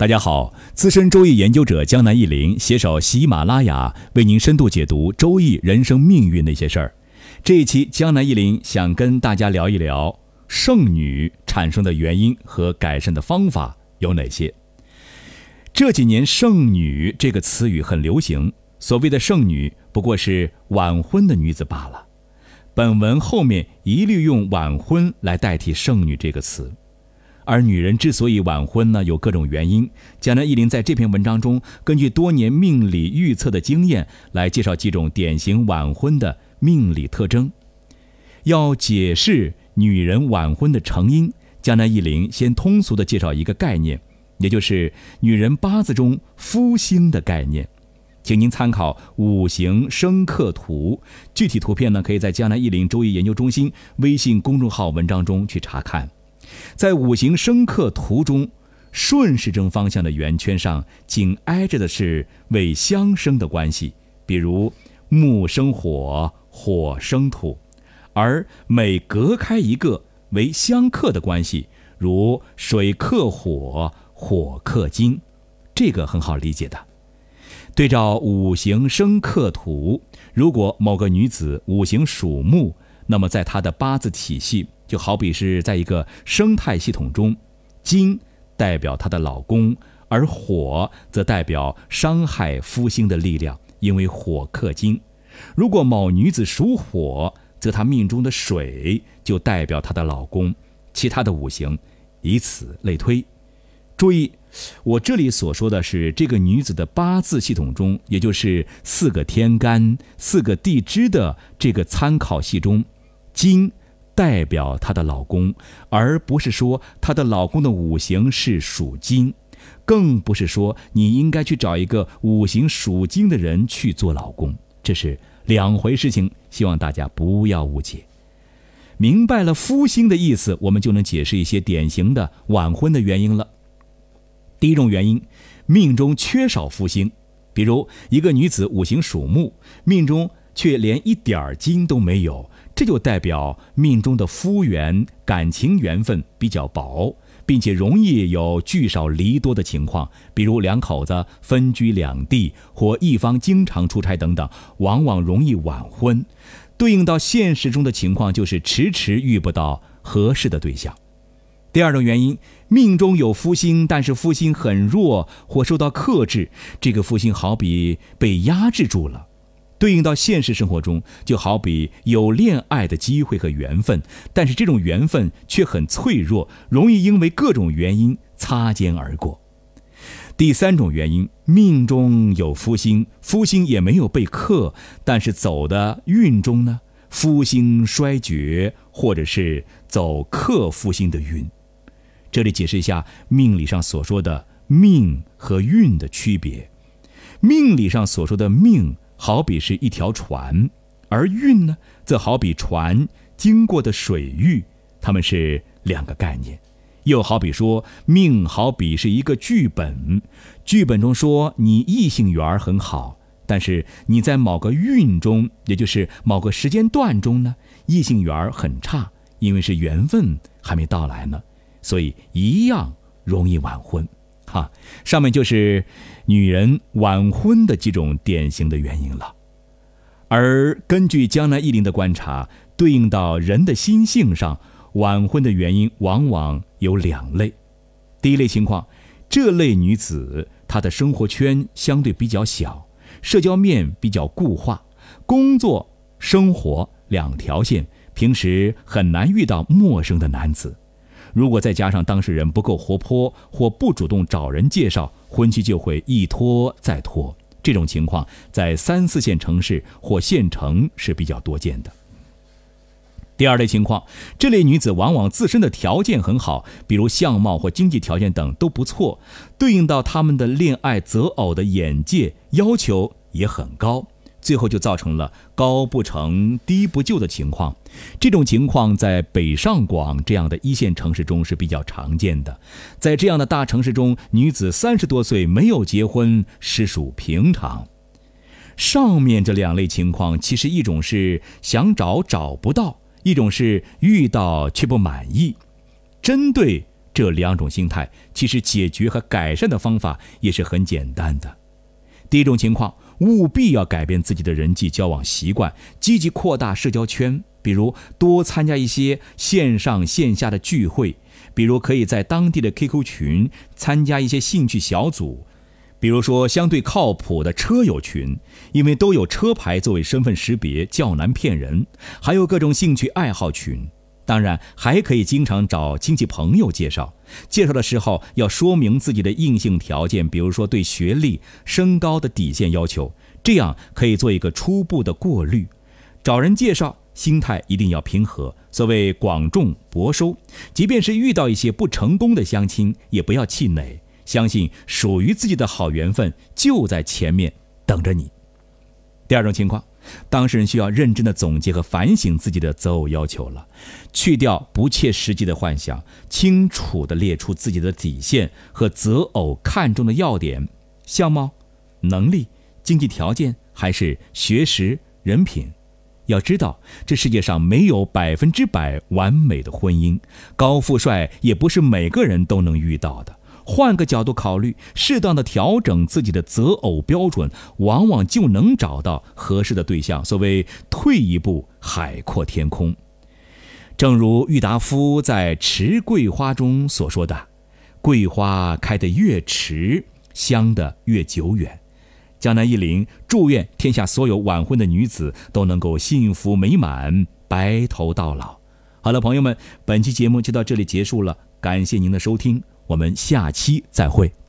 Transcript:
大家好，资深周易研究者江南一林携手喜马拉雅为您深度解读周易人生命运那些事儿。这一期江南一林想跟大家聊一聊剩女产生的原因和改善的方法有哪些。这几年剩女这个词语很流行，所谓的剩女不过是晚婚的女子罢了。本文后面一律用晚婚来代替剩女这个词。而女人之所以晚婚呢，有各种原因。江南一林在这篇文章中，根据多年命理预测的经验，来介绍几种典型晚婚的命理特征。要解释女人晚婚的成因，江南一林先通俗地介绍一个概念，也就是女人八字中夫星的概念。请您参考五行生克图，具体图片呢，可以在江南一林周易研究中心微信公众号文章中去查看。在五行生克图中，顺时针方向的圆圈上紧挨着的是为相生的关系，比如木生火，火生土，而每隔开一个为相克的关系，如水克火，火克金，这个很好理解的。对照五行生克图，如果某个女子五行属木，那么在她的八字体系就好比是在一个生态系统中，金代表她的老公，而火则代表伤害夫星的力量，因为火克金。如果某女子属火，则她命中的水就代表她的老公，其他的五行以此类推。注意，我这里所说的是这个女子的八字系统中，也就是4个天干、4个地支的这个参考系中，金代表她的老公，而不是说她的老公的五行是属金，更不是说你应该去找一个五行属金的人去做老公，这是两回事情，希望大家不要误解。明白了夫星的意思，我们就能解释一些典型的晚婚的原因了。第一种原因，命中缺少夫星，比如一个女子五行属木，命中却连一点金都没有，这就代表命中的夫缘感情缘分比较薄，并且容易有聚少离多的情况，比如两口子分居两地，或一方经常出差等等，往往容易晚婚。对应到现实中的情况就是迟迟遇不到合适的对象。第二种原因，命中有夫星，但是夫星很弱或受到克制，这个夫星好比被压制住了。对应到现实生活中，就好比有恋爱的机会和缘分，但是这种缘分却很脆弱，容易因为各种原因擦肩而过。第三种原因，命中有夫星，夫星也没有被克，但是走的运中呢，夫星衰绝，或者是走克夫星的运。这里解释一下命理上所说的命和运的区别。命理上所说的命好比是一条船，而运呢，则好比船经过的水域，它们是两个概念。又好比说，命好比是一个剧本，剧本中说你异性缘很好，但是你在某个运中，也就是某个时间段中呢，异性缘很差，因为是缘分还没到来呢，所以一样容易晚婚。上面就是女人晚婚的几种典型的原因了。而根据江南一林的观察，对应到人的心性上，晚婚的原因往往有两类。第一类情况，这类女子她的生活圈相对比较小，社交面比较固化，工作生活两条线，平时很难遇到陌生的男子。如果再加上当事人不够活泼或不主动找人介绍，婚期就会一拖再拖。这种情况在3、4线城市或县城是比较多见的。第二类情况，这类女子往往自身的条件很好，比如相貌或经济条件等都不错，对应到她们的恋爱择偶的眼界要求也很高，最后就造成了高不成低不就的情况。这种情况在北上广这样的1线城市中是比较常见的。在这样的大城市中，女子30多岁没有结婚实属平常。上面这两类情况，其实一种是想找找不到，一种是遇到却不满意。针对这2种心态其实解决和改善的方法也是很简单的。第一种情况，务必要改变自己的人际交往习惯，积极扩大社交圈，比如多参加一些线上线下的聚会，比如可以在当地的 QQ 群参加一些兴趣小组，比如说相对靠谱的车友群，因为都有车牌作为身份识别，较难骗人，还有各种兴趣爱好群。当然还可以经常找亲戚朋友介绍的时候要说明自己的硬性条件，比如说对学历、身高的底线要求，这样可以做一个初步的过滤。找人介绍心态一定要平和，所谓广种薄收，即便是遇到一些不成功的相亲也不要气馁，相信属于自己的好缘分就在前面等着你。第二种情况，当事人需要认真的总结和反省自己的择偶要求了，去掉不切实际的幻想，清楚地列出自己的底线和择偶看重的要点，相貌、能力、经济条件还是学识、人品。要知道，这世界上没有100%完美的婚姻，高富帅也不是每个人都能遇到的。换个角度考虑，适当的调整自己的择偶标准，往往就能找到合适的对象。所谓退一步，海阔天空。正如郁达夫在《迟桂花》中所说的，桂花开得越迟，香得越久远。江南一林祝愿天下所有晚婚的女子都能够幸福美满，白头到老。好了，朋友们，本期节目就到这里结束了，感谢您的收听，我们下期再会。